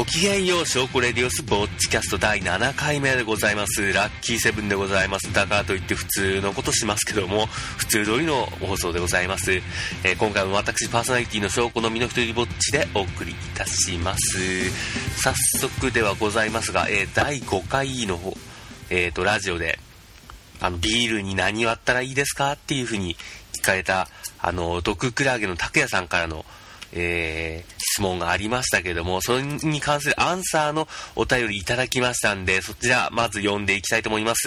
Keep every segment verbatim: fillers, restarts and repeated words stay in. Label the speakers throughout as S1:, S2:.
S1: きげんよう、ショーコレディオスボッチキャストだいななかいめでございます。ラッキーセブンでございます。だからといって普通のことしますけども、普通通りの放送でございます。えー、今回も私パーソナリティのショーコの身の一人ぼっちでお送りいたします。早速ではございますが、えー、だいごかいの方、えーと、ラジオで、あの、ビールに何割ったらいいですかっていう風に聞かれた、あの、毒クラゲの拓也さんからの、えー、質問がありましたけども、それに関するアンサーのお便りいただきましたんで、そちらまず読んでいきたいと思います。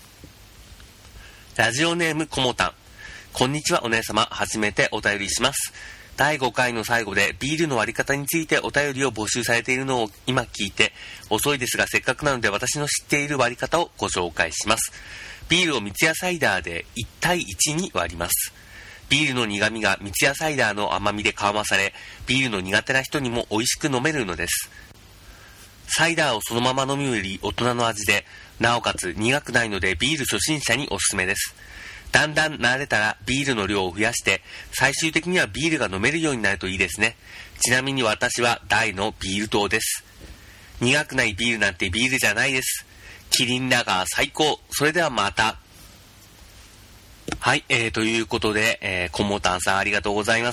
S1: ラジオネームこもたん。こんにちはお姉様、初めてお便りします。だいごかいの最後でビールの割り方についてお便りを募集されているのを今聞いて、遅いですがせっかくなので私の知っている割り方をご紹介します。ビールを三ツ矢サイダーでいちたいいちに割ります。ビールの苦味が三ツ矢サイダーの甘みで緩和され、ビールの苦手な人にも美味しく飲めるのです。サイダーをそのまま飲むより大人の味で、なおかつ苦くないのでビール初心者におすすめです。だんだん慣れたらビールの量を増やして、最終的にはビールが飲めるようになるといいですね。ちなみに私は大のビール党です。苦くないビールなんてビールじゃないです。キリンラガー最高。それではまた。はい、えー、ということで、えー、コモタンさんありがとうございます。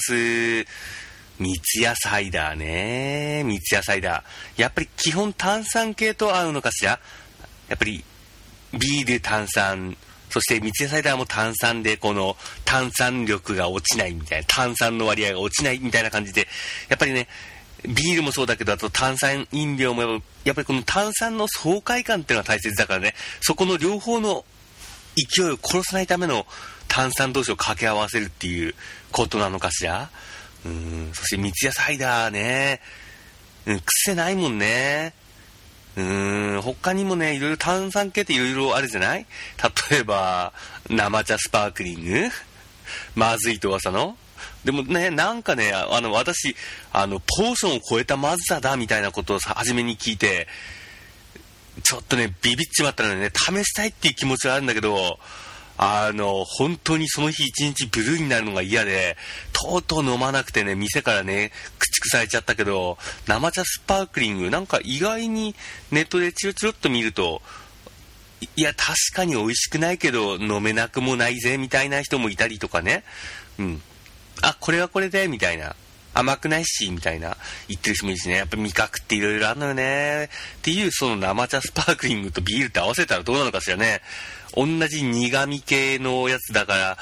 S1: 三ツ矢サイダーね。三ツ矢サイダー。やっぱり基本炭酸系と合うのかしら。やっぱりビール炭酸、そして三ツ矢サイダーも炭酸でこの炭酸力が落ちないみたいな、炭酸の割合が落ちないみたいな感じで、やっぱりね、ビールもそうだけど、あと炭酸飲料もやっぱりこの炭酸の爽快感っていうのが大切だからね、そこの両方の勢いを殺さないための炭酸同士を掛け合わせるっていうことなのかしら。うーん、そして三ツ矢サイダーね、うん、癖ないもんね。うーん、他にもね、いろいろ炭酸系っていろいろあるじゃない？例えば生茶スパークリングまずいと噂の。でもね、なんかね、あの私あのポーションを超えたまずさだみたいなことをさ初めに聞いて、ちょっとねビビっちまったのでね、試したいっていう気持ちはあるんだけど、あの本当にその日一日ブルーになるのが嫌で、とうとう飲まなくてね、店からね駆逐されちゃったけど、生茶スパークリングなんか意外にネットでチロチロっと見ると、いや確かに美味しくないけど飲めなくもないぜみたいな人もいたりとかね、うん、あこれはこれでみたいな、甘くないしみたいな言ってる人もいるしね、やっぱ味覚っていろいろあるのよねっていう、その生茶スパークリングとビールって合わせたらどうなのかしらね。同じ苦味系のやつだから、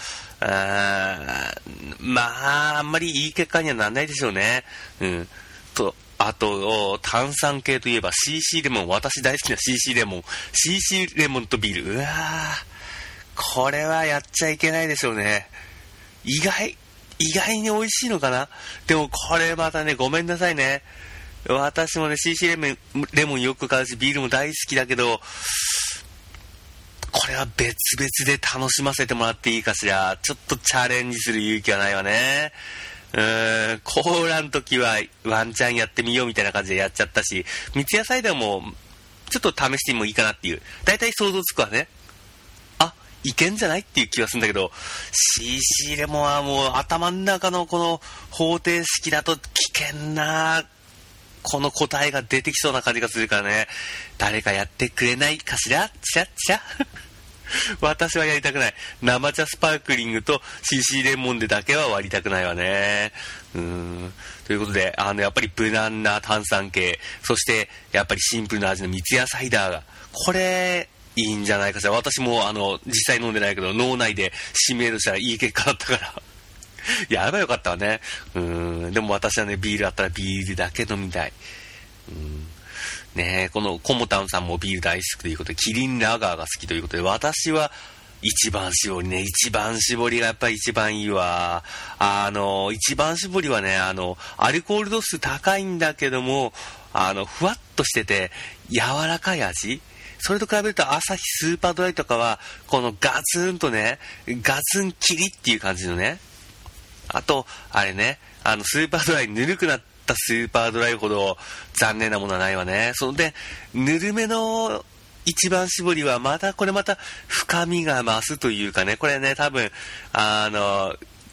S1: あまああんまりいい結果にはならないでしょうね。うんと、あと炭酸系といえば シーシー レモン、私大好きな シーシー レモン シーシー レモンとビール、うわーこれはやっちゃいけないでしょうね。意外意外に美味しいのかな。でもこれまたね、ごめんなさいね、私もね シーシー レモン、レモンよく買うしビールも大好きだけど、これは別々で楽しませてもらっていいかしら。ちょっとチャレンジする勇気はないわね。うーん、コーラの時はワンチャンやってみようみたいな感じでやっちゃったし、三ツ矢サイダーもちょっと試してもいいかなっていう、だいたい想像つくわね。あ、いけんじゃないっていう気はするんだけど、 シーシー レモンはもう頭の中のこの方程式だと危険なこの答えが出てきそうな感じがするからね、誰かやってくれないかしら。ちゃっちゃ私はやりたくない。生茶スパークリングと シーシー レモンでだけは割りたくないわね。うーん、ということで、あのやっぱり無難な炭酸系、そしてやっぱりシンプルな味の三ツ矢サイダーが、これいいんじゃないかしら。私もあの実際飲んでないけど脳内でシミュレートしたらいい結果だったからやればよかったわね。うーん、でも私はね、ビールあったらビールだけ飲みたい。うーんね、このコモタンさんもビール大好きということで、キリンラガーが好きということで、私は一番搾りね、一番搾りがやっぱり一番いいわ。あの一番搾りはね、あのアルコール度数高いんだけども、あのふわっとしてて柔らかい味。それと比べるとアサヒスーパードライとかはこのガツンとね、ガツンキリっていう感じのね。あとあれね、あのスーパードライぬるくなったスーパードライほど残念なものはないわね。そのでぬるめの一番搾りはまたこれまた深みが増すというかね、これね多分あの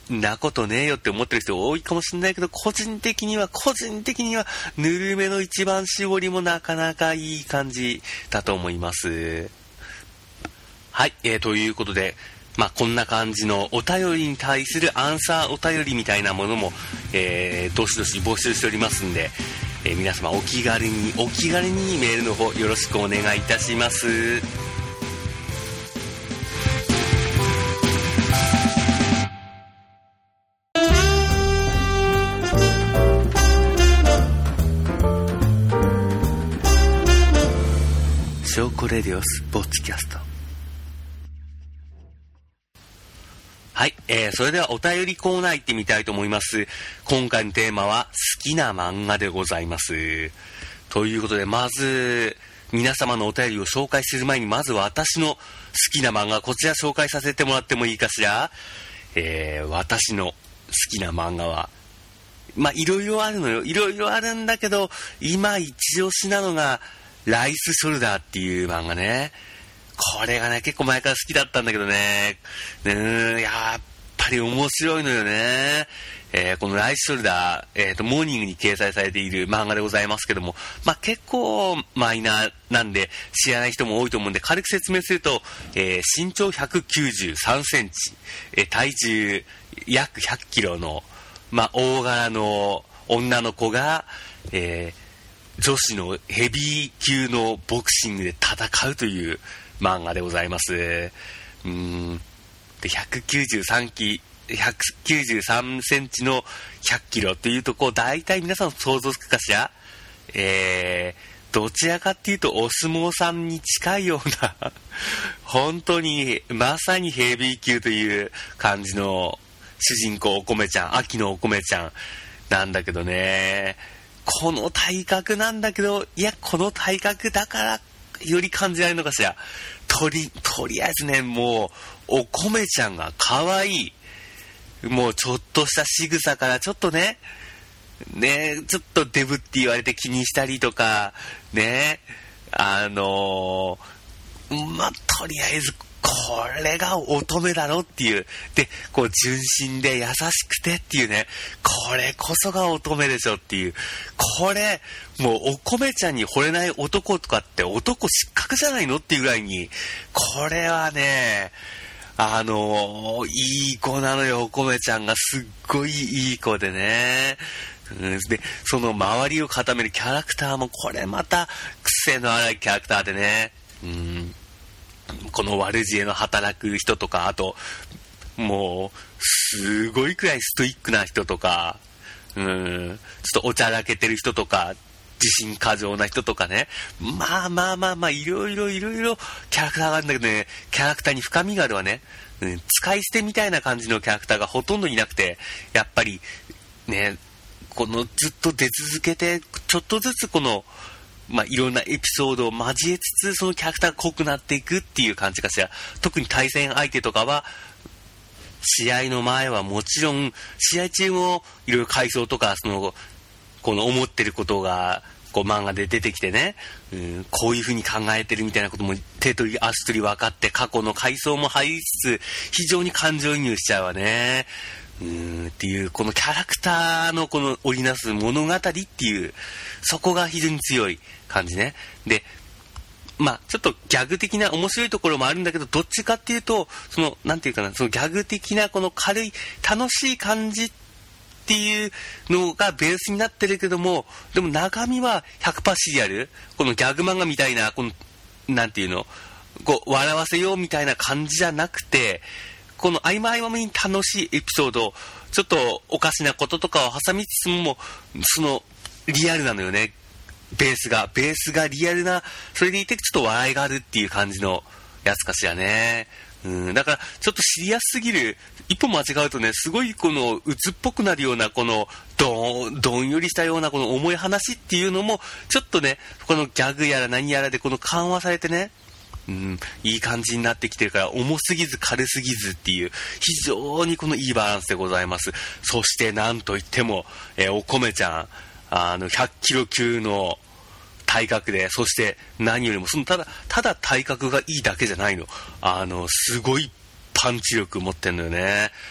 S1: なことねえよって思ってる人多いかもしれないけど、個人的には個人的にはぬるめの一番搾りもなかなかいい感じだと思います。はい、えー、ということで、まあこんな感じのお便りに対するアンサーお便りみたいなものも、えー、どしどし募集しておりますんで、えー、皆様お気軽にお気軽にメールの方よろしくお願いいたします。ショーコレディオスポッチキャスト。はい、えー、それではお便りコーナー行ってみたいと思います。今回のテーマは好きな漫画でございます。ということで、まず皆様のお便りを紹介する前に、まず私の好きな漫画、こちら紹介させてもらってもいいかしら。えー、私の好きな漫画は、まあいろいろあるのよ。いろいろあるんだけど、今一押しなのがライスショルダーっていう漫画ね。これがね、結構前から好きだったんだけどね。うーん、やっぱり面白いのよね。えー、このライスショルダー、えーと、モーニングに掲載されている漫画でございますけども、まあ、結構マイナーなんで知らない人も多いと思うんで、軽く説明すると、えー、身長ひゃくきゅうじゅうさんセンチ、えー、体重約ひゃっキロの、まあ、大柄の女の子が、えー女子のヘビー級のボクシングで戦うという漫画でございます。うーんでひゃくきゅうじゅうさんキひゃくきゅうじゅうさんセンチのひゃっキロっていうと、こう大体皆さん想像つくかしら。えー、どちらかっていうとお相撲さんに近いような本当にまさにヘビー級という感じの主人公お米ちゃん、秋のお米ちゃんなんだけどね、この体格なんだけど、いやこの体格だからより感じられるのかしら。とりとりあえずね、もうお米ちゃんが可愛い。もうちょっとした仕草からちょっとねねちょっとデブって言われて気にしたりとかね、あのー、まあとりあえずこれが乙女だろっていう、でこう純真で優しくてっていうね、これこそが乙女でしょっていう、これもうお米ちゃんに惚れない男とかって男失格じゃないのっていうぐらいに、これはねあのー、いい子なのよ。お米ちゃんがすっごいいい子でね、うん、でその周りを固めるキャラクターもこれまた癖の荒いキャラクターでね、うんこの悪知恵の働く人とか、あともうすごいくらいストイックな人とか、うんちょっとおちゃらけてる人とか、自信過剰な人とかね、まあまあまあまあいろいろいろいろキャラクターがあるんだけどね、キャラクターに深みがあるわね、うん、使い捨てみたいな感じのキャラクターがほとんどいなくて、やっぱりねこのずっと出続けてちょっとずつこのまあ、いろんなエピソードを交えつつそのキャラクターが濃くなっていくっていう感じかしら。特に対戦相手とかは試合の前はもちろん、試合中もいろいろ回想とかそのこの思ってることがこう漫画で出てきてね、うん、こういう風に考えてるみたいなことも手取り足取り分かって、過去の回想も入りつつ非常に感情移入しちゃうわね。うーんっていうこのキャラクターのこの織りなす物語っていう、そこが非常に強い感じね。でまあちょっとギャグ的な面白いところもあるんだけど、どっちかっていうとそのなんていうかな、そのギャグ的なこの軽い楽しい感じっていうのがベースになってるけども、でも中身は ひゃくパーセント シリアル、このギャグ漫画みたいなこのなんていうの、こう笑わせようみたいな感じじゃなくて、この合間合間に楽しいエピソード、ちょっとおかしなこととかを挟みつつも、そのリアルなのよね。ベースがベースがリアルな、それでいてちょっと笑いがあるっていう感じのやつかしらね。うん、だからちょっとシリアスすぎる、一歩間違うとね、すごいこの鬱っぽくなるようなこのどんどんよりしたようなこの重い話っていうのもちょっとね、このギャグやら何やらでこの緩和されてね、うん、いい感じになってきてるから、重すぎず軽すぎずっていう非常にこのいいバランスでございます。そしてなんといっても、えー、お米ちゃん、あのひゃっキロ級の体格で、そして何よりもそのただただ体格がいいだけじゃないの、あのすごいパンチ力持ってんのよね。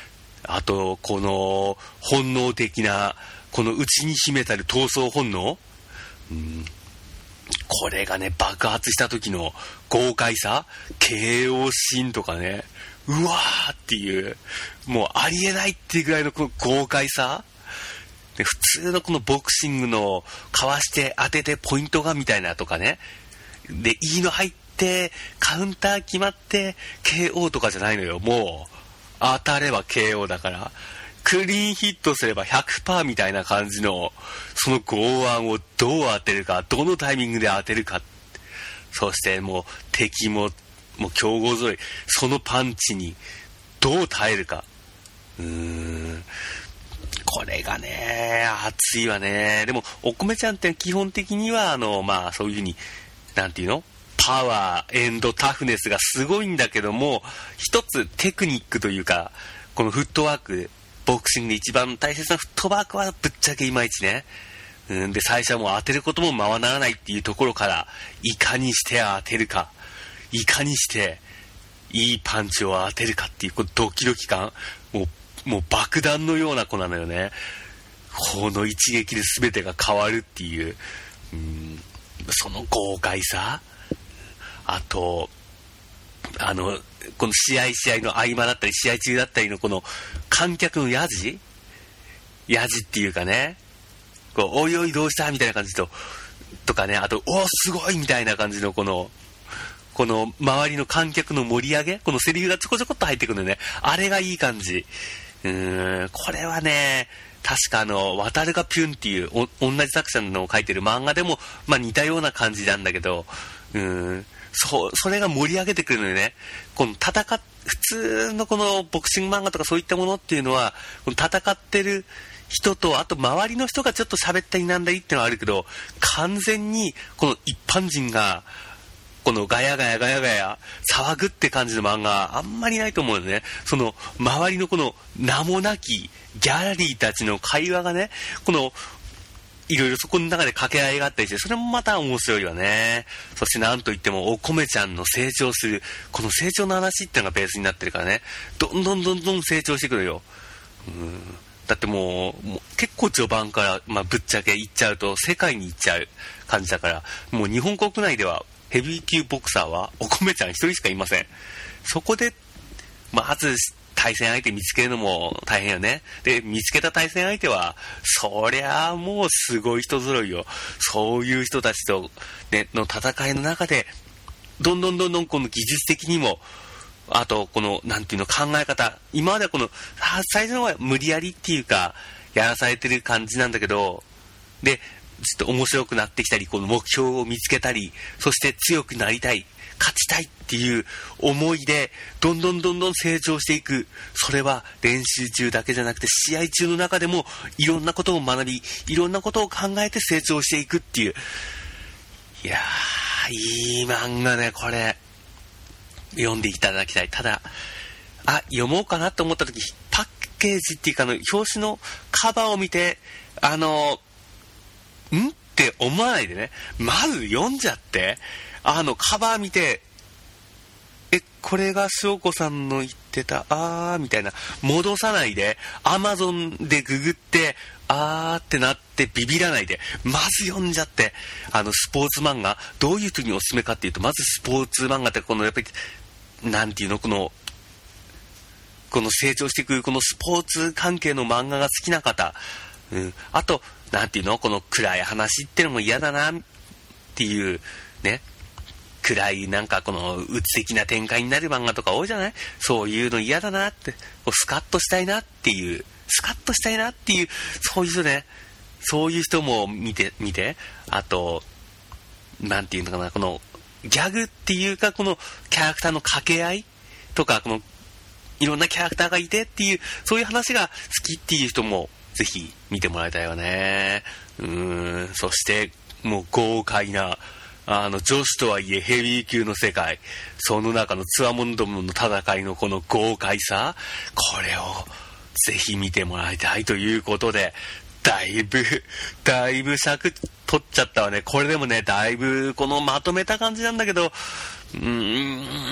S1: あとこの本能的なこの内に秘めたる闘争本能、うん、これがね爆発した時の豪快さ、ケーオー シーンとかね、うわーっていう、もうありえないっていうぐらいのこの豪快さで、普通のこのボクシングのかわして当ててポイントがみたいなとかね、でいいの入ってカウンター決まって ケーオー とかじゃないのよ。もう当たれば ケーオー だから、クリーンヒットすれば ひゃくパーセント みたいな感じのその剛腕をどう当てるか、どのタイミングで当てるか、そしてもう敵ももう強豪揃い、そのパンチにどう耐えるか、うーん、これがね熱いわね。でもお米ちゃんって基本的にはあのまあそういう風になんていうの、パワーエンドタフネスがすごいんだけども、一つテクニックというかこのフットワーク、ボクシングで一番大切なフットワークはぶっちゃけいまいちね。うんで最初はもう当てることもままならないっていうところから、いかにして当てるか、いかにしていいパンチを当てるかっていうこのドキドキ感、もうもう爆弾のような子なのよね。この一撃で全てが変わるっていう、うん、その豪快さ、あとあのこの試合試合の合間だったり試合中だったりのこの観客のヤジヤジっていうかね、こうおいおいどうしたみたいな感じととかね、あとおすごいみたいな感じのこのこの周りの観客の盛り上げ、このセリフがちょこちょこっと入ってくるのね、あれがいい感じ。うーん、これはね確かあの渡るがピュンっていうお同じ作者の書いてる漫画でもまあ似たような感じなんだけど、うーん、そう、それが盛り上げてくるのよね。この戦っ普通のこのボクシング漫画とかそういったものっていうのは、この戦ってる人とあと周りの人がちょっと喋ったりなんだりっていうのはあるけど、完全にこの一般人がこのガヤガヤガヤガヤ騒ぐって感じの漫画あんまりないと思うよね。その周りのこの名もなきギャラリーたちの会話がね、このいろいろそこの中で掛け合いがあったりして、それもまた面白いわね。そしてなんといってもお米ちゃんの成長するこの成長の話っていうのがベースになってるからね、どんどんどんどん成長してくるよ。うん、だってもう、もう結構序盤から、まあ、ぶっちゃけ言っちゃうと世界に行っちゃう感じだから、もう日本国内ではヘビー級ボクサーはお米ちゃん一人しかいません。そこでまず対戦相手見つけるのも大変よね。で見つけた対戦相手はそりゃあもうすごい人揃いよ。そういう人たちと、ね、の戦いの中でどんどんどんどんこの技術的にも、あとこのなんていうの考え方、今まではこの最初のは無理やりっていうかやらされてる感じなんだけど、でちょっと面白くなってきたり、この目標を見つけたり、そして強くなりたい、勝ちたいっていう思いでどんどんどんどん成長していく。それは練習中だけじゃなくて試合中の中でもいろんなことを学び、いろんなことを考えて成長していくっていう、いやーいい漫画ね。これ読んでいただきたい。ただあ読もうかなと思った時、パッケージっていうかの表紙のカバーを見てあのんって思わないでね、まず読んじゃって、あのカバー見て、えこれが翔子さんの言ってたあーみたいな、戻さないでアマゾンでググってあーってなってビビらないで、まず読んじゃって、あのスポーツ漫画どういう時におすすめかっていうと、まずスポーツ漫画ってこのやっぱりなんていうの、このこの成長していくこのスポーツ関係の漫画が好きな方、うん、あとなんていうの、この暗い話ってのも嫌だなっていうね、暗いなんかこの鬱的な展開になる漫画とか多いじゃない。そういうの嫌だなって、こうスカッとしたいなっていう、スカッとしたいなっていう、そういう人ね、そういう人も見て見て、あとなんていうのかな、このギャグっていうかこのキャラクターの掛け合いとか、このいろんなキャラクターがいてっていう、そういう話が好きっていう人もぜひ見てもらいたいわね。うーん、そしてもう豪快なあの女子とはいえヘビー級の世界、その中のつわもんどもの戦いのこの豪快さ、これをぜひ見てもらいたいということで、だいぶだいぶ尺取っちゃったわね。これでもねだいぶこのまとめた感じなんだけど、うーん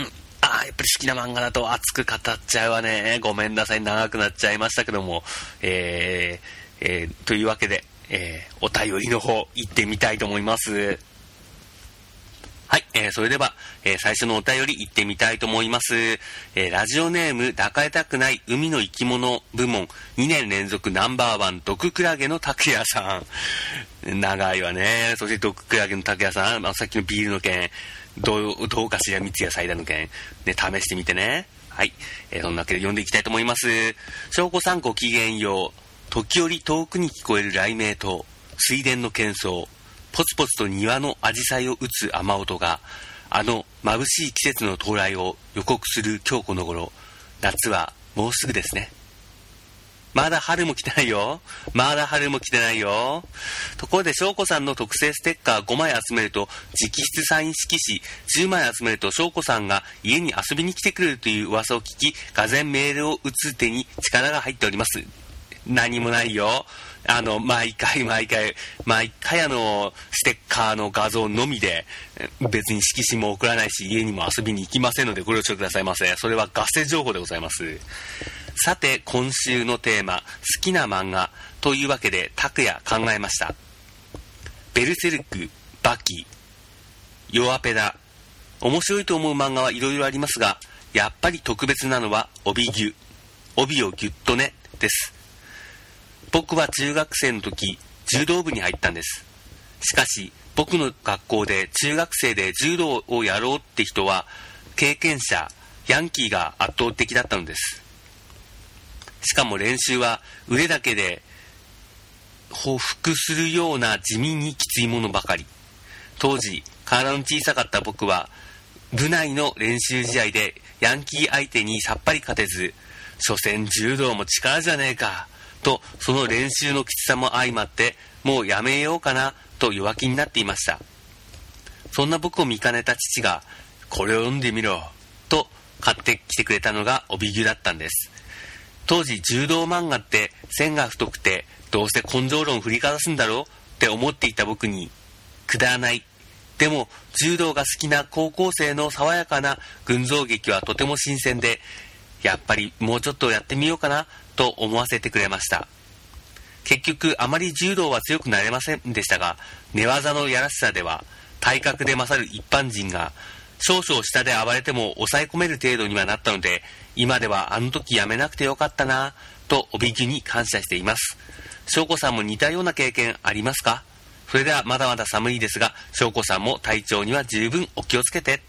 S1: ああ、やっぱり好きな漫画だと熱く語っちゃうわね。ごめんなさい、長くなっちゃいましたけども。えーえー、というわけで、えー、お便りの方、行ってみたいと思います。はい、えー、それでは、えー、最初のお便り行ってみたいと思います。えー、ラジオネーム、抱えたくない海の生き物部門、にねん連続ナンバーワン、毒クラゲの拓也さん。長いわね。そして毒クラゲの拓也さん、まあ、さっきのビールの件、どう、どうかしら三ツ矢サイダーの件、ね、試してみてね。はい、えー、そんなわけで読んでいきたいと思います。翔子さんごきげんよう。時折遠くに聞こえる雷鳴と、水田の喧騒。ポツポツと庭のアジサイを打つ雨音が、あの眩しい季節の到来を予告する今日この頃、夏はもうすぐですね。まだ春も来てないよ。まだ春も来てないよ。ところで翔子さんの特製ステッカーごまい集めると直筆サイン色紙じゅうまい集めると翔子さんが家に遊びに来てくれるという噂を聞き、がぜんメールを打つ手に力が入っております。何もないよ。あの毎回毎回毎回あのステッカーの画像のみで、別に色紙も送らないし家にも遊びに行きませんのでご了承くださいませ。それはガセ情報でございます。さて今週のテーマ、好きな漫画というわけで拓也考えました。ベルセルク、バキ、ヨアペダ。面白いと思う漫画はいろいろありますが、やっぱり特別なのは帯ギュ、帯をギュッとねです。僕は中学生の時、柔道部に入ったんです。しかし、僕の学校で中学生で柔道をやろうって人は、経験者、ヤンキーが圧倒的だったのです。しかも練習は腕だけで匍匐するような地味にきついものばかり。当時、体の小さかった僕は、部内の練習試合でヤンキー相手にさっぱり勝てず、所詮柔道も力じゃねえか。とその練習のきつさも相まってもうやめようかなと弱気になっていました。そんな僕を見かねた父がこれを読んでみろと買ってきてくれたのが帯ギュだったんです。当時柔道漫画って線が太くてどうせ根性論振りかざすんだろうって思っていた僕にくだらない、でも柔道が好きな高校生の爽やかな群像劇はとても新鮮で、やっぱりもうちょっとやってみようかなと思わせてくれました。結局あまり柔道は強くなれませんでしたが、寝技のやらしさでは体格で勝る一般人が少々下で暴れても抑え込める程度にはなったので、今ではあの時やめなくてよかったなと帯ギュに感謝しています。翔子さんも似たような経験ありますか？それではまだまだ寒いですが、翔子さんも体調には十分お気をつけて。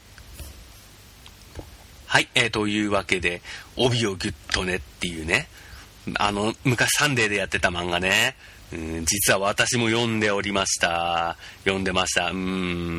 S1: はい、えー、というわけで帯をギュッとねっていうね、あの昔サンデーでやってた漫画ね、うん、実は私も読んでおりました。読んでました。うん、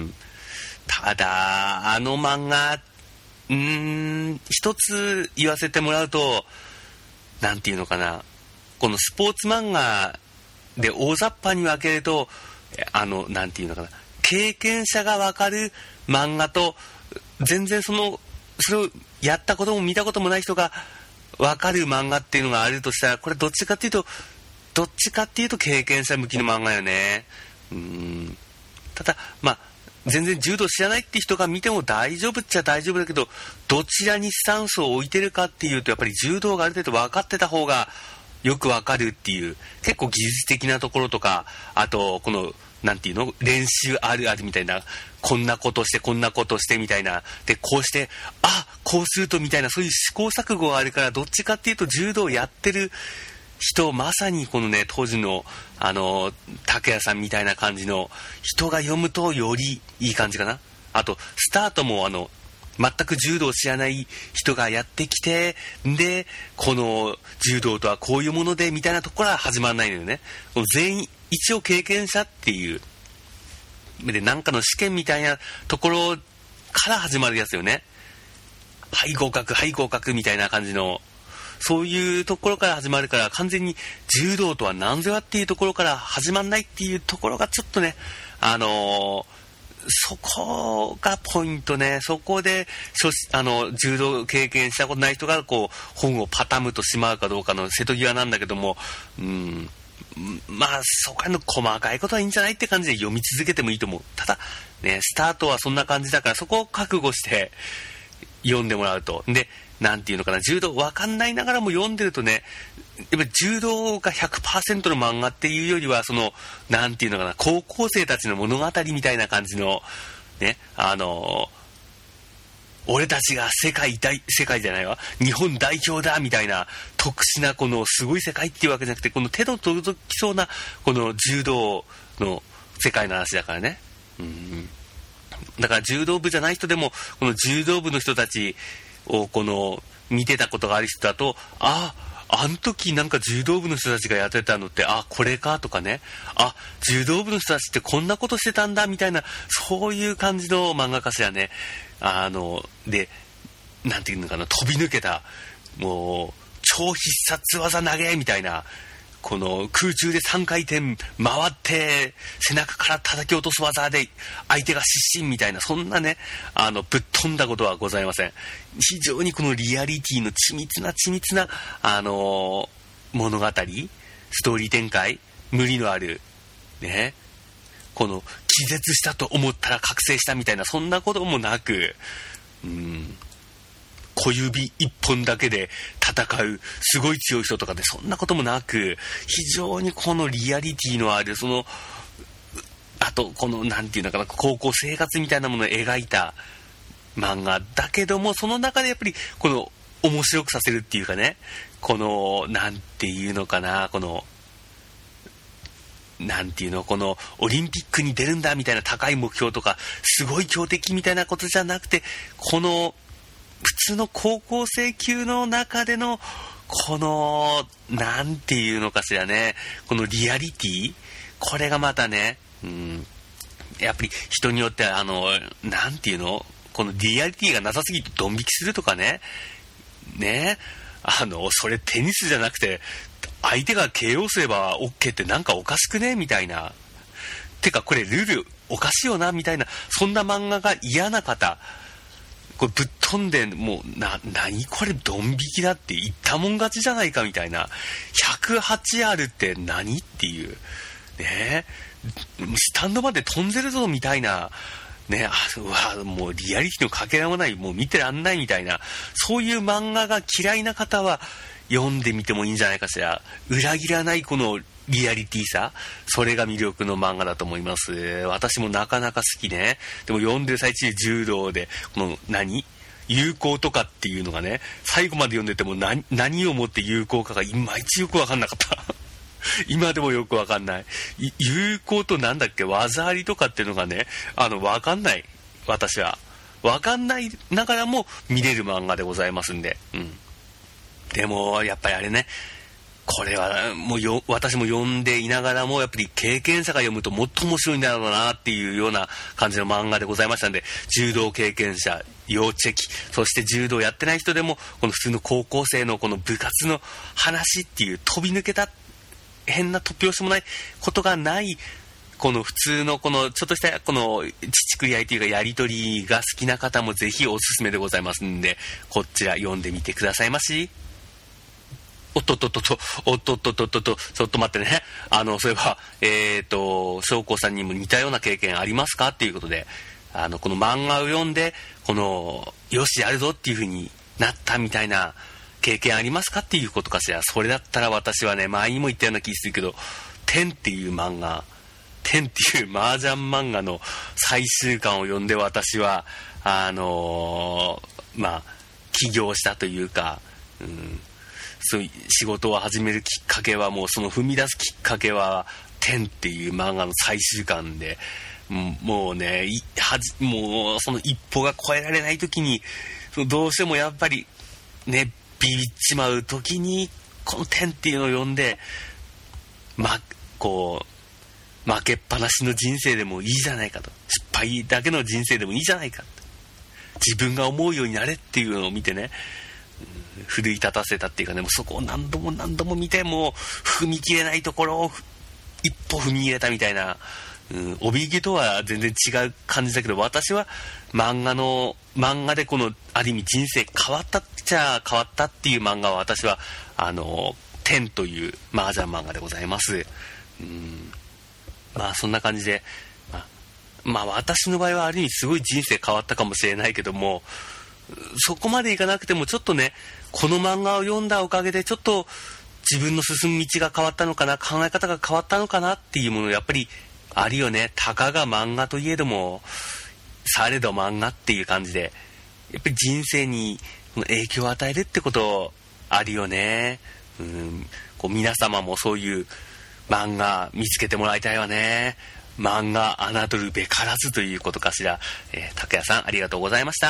S1: ただあの漫画、うーん、一つ言わせてもらうと、なんていうのかな、このスポーツ漫画で大雑把に分けると、あのなんていうのかな、経験者が分かる漫画と、全然そのそれをやったことも見たこともない人が分かる漫画っていうのがあるとしたら、これどっちかっていうとどっちかっていうと経験者向きの漫画よね。うーん、ただまあ全然柔道知らないって人が見ても大丈夫っちゃ大丈夫だけど、どちらにスタンスを置いてるかっていうと、やっぱり柔道がある程度分かってた方がよく分かるっていう、結構技術的なところとか、あとこのなんていうの、練習あるあるみたいな、こんなことしてこんなことしてみたいな、でこうして、あ、こうするとみたいな、そういう試行錯誤があるから、どっちかっていうと柔道やってる人、まさにこのね当時のあの拓也さんみたいな感じの人が読むとよりいい感じかな。あとスタートもあの全く柔道を知らない人がやってきて、でこの柔道とはこういうものでみたいなところは始まらないのよね。全員一応経験者っていうで、なんかの試験みたいなところから始まるやつよね。はい合格はい合格みたいな感じの、そういうところから始まるから、完全に柔道とは何ぞやっていうところから始まんないっていうところがちょっとね、あのー、そこがポイントね。そこであの柔道経験したことない人がこう本をパタムとしまうかどうかの瀬戸際なんだけども、うん、まあそこの細かいことはいいんじゃないって感じで読み続けてもいいと思う。ただね、スタートはそんな感じだから、そこを覚悟して読んでもらうと。で、なんていうのかな、柔道わかんないながらも読んでるとね、やっぱり柔道が ひゃくパーセント の漫画っていうよりは、その、なんていうのかな、高校生たちの物語みたいな感じの、ね、あの、俺たちが世界大、世界じゃないわ、日本代表だみたいな特殊なこのすごい世界っていうわけじゃなくて、この手の届きそうなこの柔道の世界の話だからね。うん。だから柔道部じゃない人でも、この柔道部の人たちをこの見てたことがある人だと、ああ、あの時なんか柔道部の人たちがやってたのって、あ、これかとかね、あ、柔道部の人たちってこんなことしてたんだみたいな、そういう感じの漫画家しらね、あの、で、なんていうのかな、飛び抜けた、もう、超必殺技投げみたいな、この空中でさんかい転回って背中から叩き落とす技で相手が失神みたいな、そんなね、あのぶっ飛んだことはございません。非常にこのリアリティの緻密な緻密なあのー、物語、ストーリー展開、無理のあるね、この気絶したと思ったら覚醒したみたいな、そんなこともなく、うーん、小指一本だけで戦うすごい強い人とかで、そんなこともなく、非常にこのリアリティのある、そのあとこのなんていうのかな、高校生活みたいなものを描いた漫画だけども、その中でやっぱりこの面白くさせるっていうかね、このなんていうのかな、このなんていうの、このオリンピックに出るんだみたいな高い目標とかすごい強敵みたいなことじゃなくて、この普通の高校生級の中でのこのなんていうのかしらね、このリアリティ、これがまたね、うん、やっぱり人によってはあのなんていうの、このリアリティがなさすぎてドン引きするとかね、ね、あのそれテニスじゃなくて相手が ケーオー すれば OK ってなんかおかしくねみたいな、てかこれルールおかしいよなみたいな、そんな漫画が嫌な方、これぶっ飛んで、もうな、何これドン引きだって言ったもん勝ちじゃないかみたいな、ひゃくはちあるって何っていうね、スタンドまで飛んでるぞみたいなね、あ、うわ、もうリアリティのかけらもない、もう見てらんないみたいな、そういう漫画が嫌いな方は読んでみてもいいんじゃないかしら。裏切らないこのリアリティさ、それが魅力の漫画だと思います。私もなかなか好きね。でも読んでる最中柔道でこの何有効とかっていうのがね、最後まで読んでても 何, 何をもって有効かがいまいちよく分かんなかった今でもよく分かんない。有効となんだっけ、技ありとかっていうのがね、あの分かんない。私は分かんないながらも見れる漫画でございますんで、うん。でもやっぱりあれね、これはもうよ私も読んでいながらもやっぱり経験者が読むともっと面白いんだろうなっていうような感じの漫画でございましたんで、柔道経験者要チェキ、そして柔道やってない人でもこの普通の高校生のこの部活の話っていう飛び抜けた変な突拍子もないことがない、この普通のこのちょっとしたこの乳くり合いというかやり取りが好きな方もぜひおすすめでございますんで、こちら読んでみてくださいまし。おっとっとっとっと、おっとっとっとっとっと、ちょっと待ってね。あの、そういえば、えっと、翔子さんにも似たような経験ありますかっていうことで、あの、この漫画を読んで、この、よし、やるぞっていう風になったみたいな経験ありますかっていうことかしら。それだったら私はね、前にも言ったような気するけど、天っていう漫画、天っていう麻雀漫画の最終巻を読んで私は、あのー、まあ、起業したというか、うん、そういう仕事を始めるきっかけはもうその踏み出すきっかけは天っていう漫画の最終巻で、もうねはじもうその一歩が越えられない時にどうしてもやっぱりねビビっちまう時にこの天っていうのを読んで、まこう負けっぱなしの人生でもいいじゃないかと、失敗だけの人生でもいいじゃないかと、自分が思うようになれっていうのを見てね、奮い立たせたっていうかね、もうそこを何度も何度も見ても踏み切れないところを一歩踏み入れたみたいな、うん、おびきとは全然違う感じだけど、私は漫画の漫画でこのある意味人生変わったっちゃ変わったっていう漫画は私はあの天という麻雀漫画でございます。うん、まあそんな感じで、まあ、まあ私の場合はある意味すごい人生変わったかもしれないけども、 そこまでいかなくてもちょっとね、この漫画を読んだおかげでちょっと自分の進む道が変わったのかな、考え方が変わったのかなっていうものやっぱりあるよね。たかが漫画といえどもされど漫画っていう感じで、やっぱり人生に影響を与えるってことあるよね。うん、こう皆様もそういう漫画見つけてもらいたいわね。漫画侮るべからずということかしら。えー、拓也さんありがとうございました。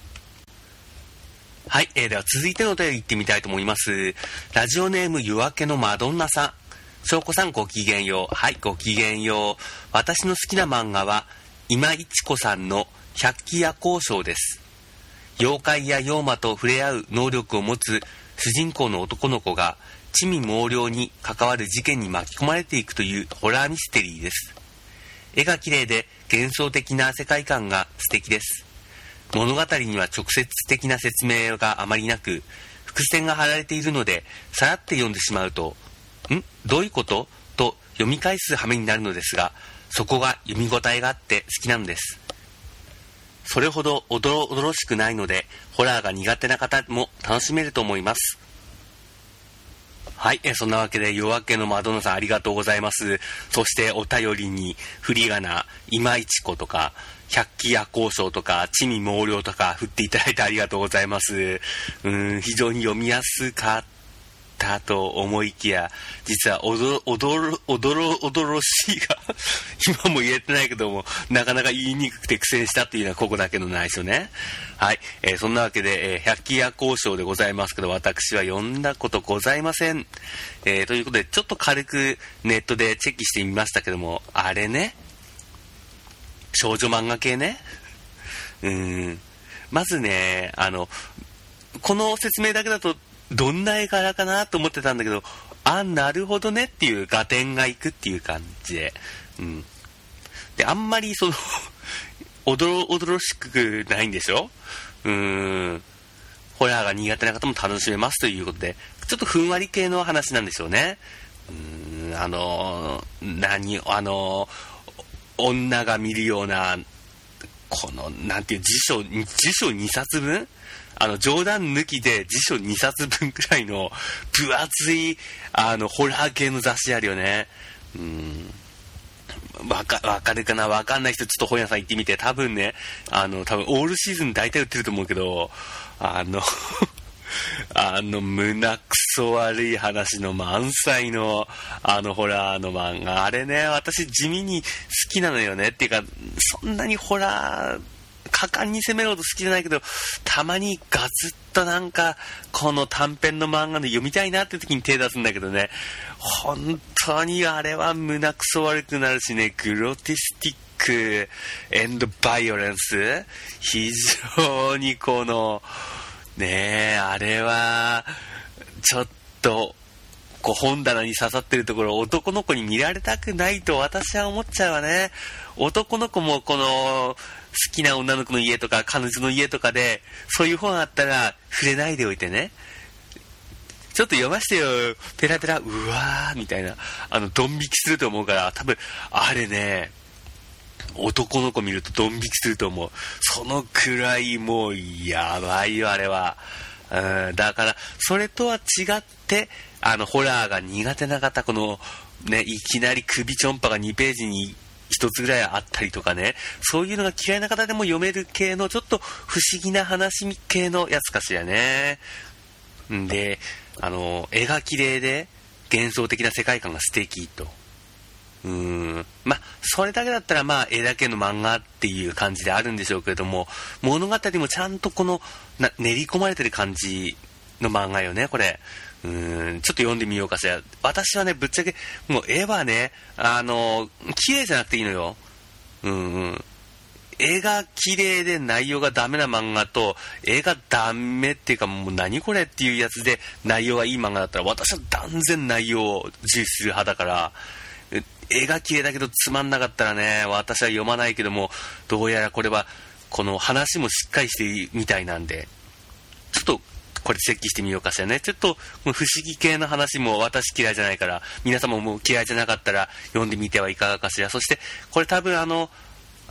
S1: はい、えー、では続いてのお便り行ってみたいと思います。ラジオネーム夜明けのマドンナさん。翔子さんごきげんよう。はい、ごきげんよう。私の好きな漫画は今市子さんの百鬼夜行賞です。妖怪や妖魔と触れ合う能力を持つ主人公の男の子が魑魅魍魎に関わる事件に巻き込まれていくというホラーミステリーです。絵が綺麗で幻想的な世界観が素敵です。物語には直接的な説明があまりなく、伏線が張られているのでさらって読んでしまうと、んどういうことと読み返す羽目になるのですが、そこが読み応えがあって好きなのです。それほどおどろおどろしくないので、ホラーが苦手な方も楽しめると思います。はい、えそんなわけで夜明けのマドンナさんありがとうございます。そしてお便りに振り仮名今市子とか百鬼夜行賞とか魑魅魍魎とか振っていただいてありがとうございます。うーん、非常に読みやすかったと思いきや、実はおどおどろおどろおどろしいが今も言えてないけども、なかなか言いにくくて苦戦したっていうのはここだけの内緒ね。はい、えー、そんなわけで、えー、百鬼夜行賞でございますけど、私は読んだことございません。えー、ということでちょっと軽くネットでチェックしてみましたけども、あれね、少女漫画系ね。うーん、まずね、あのこの説明だけだとどんな絵柄かなと思ってたんだけど、あ、なるほどねっていう合点がいくっていう感じで、うん、であんまりそのおどろおどろしくないんでしょ。うーん、ホラーが苦手な方も楽しめますということで、ちょっとふんわり系の話なんでしょうね。うーん、あの何あの女が見るようなこのなんていう辞書辞書にさつぶん、あの冗談抜きで辞書にさつぶんくらいの分厚いあのホラー系の雑誌あるよね。うーん、わか、わかるかな、わかんない人ちょっと本屋さん行ってみて、多分ね、あの多分オールシーズン大体売ってると思うけど、あのあの胸くそ悪い話の満載のあのホラーの漫画、あれね、私地味に好きなのよね。っていうか、そんなにホラー果敢に攻めるほど好きじゃないけど、たまにガツッとなんかこの短編の漫画で読みたいなって時に手出すんだけどね、本当にあれは胸くそ悪くなるしね、グロティスティックエンドバイオレンス、非常にこのねえ、あれはちょっとこう本棚に刺さってるところ、男の子に見られたくないと私は思っちゃうわね。男の子もこの好きな女の子の家とか彼女の家とかでそういう本あったら触れないでおいてね、ちょっと読ませてよ、ペラペラ、うわーみたいな、あのドン引きすると思うから、多分あれね、男の子見るとドン引きすると思う。そのくらいもうやばいよあれは。うん、だからそれとは違って、あのホラーが苦手な方、このね、いきなり首ちょんぱがにページに一つぐらいあったりとかね、そういうのが嫌いな方でも読める系のちょっと不思議な話系のやつかしらね。んで、あの絵が綺麗で幻想的な世界観が素敵と。うーん、まあそれだけだったらまあ絵だけの漫画っていう感じであるんでしょうけれども、物語もちゃんとこのな練り込まれてる感じの漫画よねこれ。うーん、ちょっと読んでみようかしら。私はね、ぶっちゃけもう絵はね、あの綺麗じゃなくていいのよ。うんうん、絵が綺麗で内容がダメな漫画と、絵がダメっていうかもう何これっていうやつで内容がいい漫画だったら、私は断然内容を重視する派だから、絵が綺麗だけどつまんなかったらね、私は読まないけども、どうやらこれはこの話もしっかりしているみたいなんで、ちょっとこれチェックしてみようかしらね。ちょっと不思議系の話も私嫌いじゃないから、皆様も嫌いじゃなかったら読んでみてはいかがかしら。そしてこれ多分あの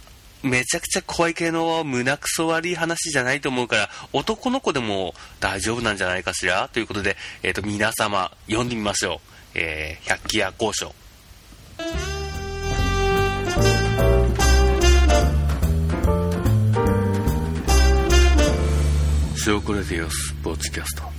S1: めちゃくちゃ怖い系の胸くそ悪い話じゃないと思うから、男の子でも大丈夫なんじゃないかしらということで、えーと、皆様読んでみましょう。えー、百鬼夜行書。ショーコレディオスポーツキャスト。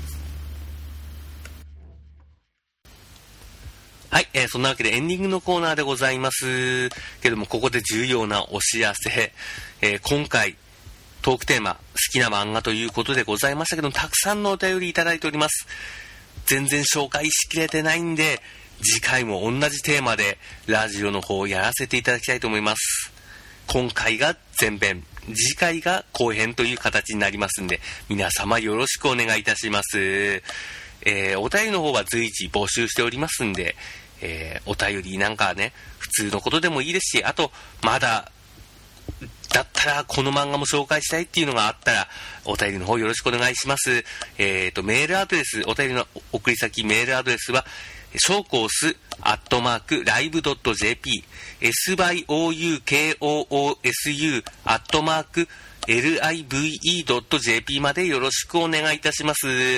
S1: はい、えー、そんなわけでエンディングのコーナーでございますけども、ここで重要なお知らせ、えー、今回トークテーマ好きな漫画ということでございましたけども、たくさんのお便りいただいております。全然紹介しきれてないんで、次回も同じテーマでラジオの方をやらせていただきたいと思います。今回が前編、次回が後編という形になりますんで、皆様よろしくお願いいたします。えー、お便りの方は随時募集しておりますんで、えー、お便りなんかね、普通のことでもいいですし、あとまだだったらこの漫画も紹介したいっていうのがあったら、お便りの方よろしくお願いします。えーとメールアドレス、お便りの送り先メールアドレスはショーコースアットマークライブドットジェーピー エスワイオーユーケーオーオーエスユー アットマーク エルアイブイイードットジェーピー までよろしくお願いいたします。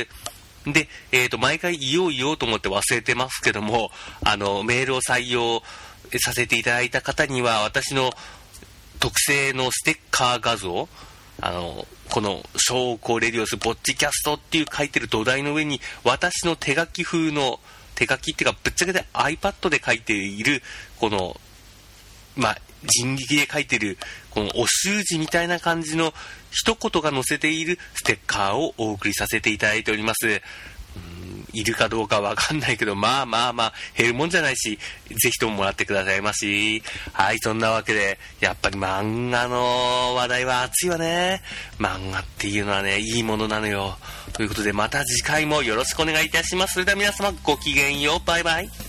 S1: で、えーと毎回言おう言おうと思って忘れてますけども、あのメールを採用させていただいた方には、私の特製のステッカー画像、あのこのショーコレディオスボッチキャストっていう書いてる土台の上に、私の手書き風の手書きっていうか、ぶっちゃけで iPad で書いているこのまあ人力で書いてるこのお習字みたいな感じの一言が載せているステッカーをお送りさせていただいております。いるかどうかわかんないけど、まあまあまあ減るもんじゃないし、ぜひとももらってくださいまし。はい、そんなわけでやっぱり漫画の話題は熱いわね。漫画っていうのはね、いいものなのよ。ということで、また次回もよろしくお願いいたします。それでは皆様ごきげんよう。バイバイ。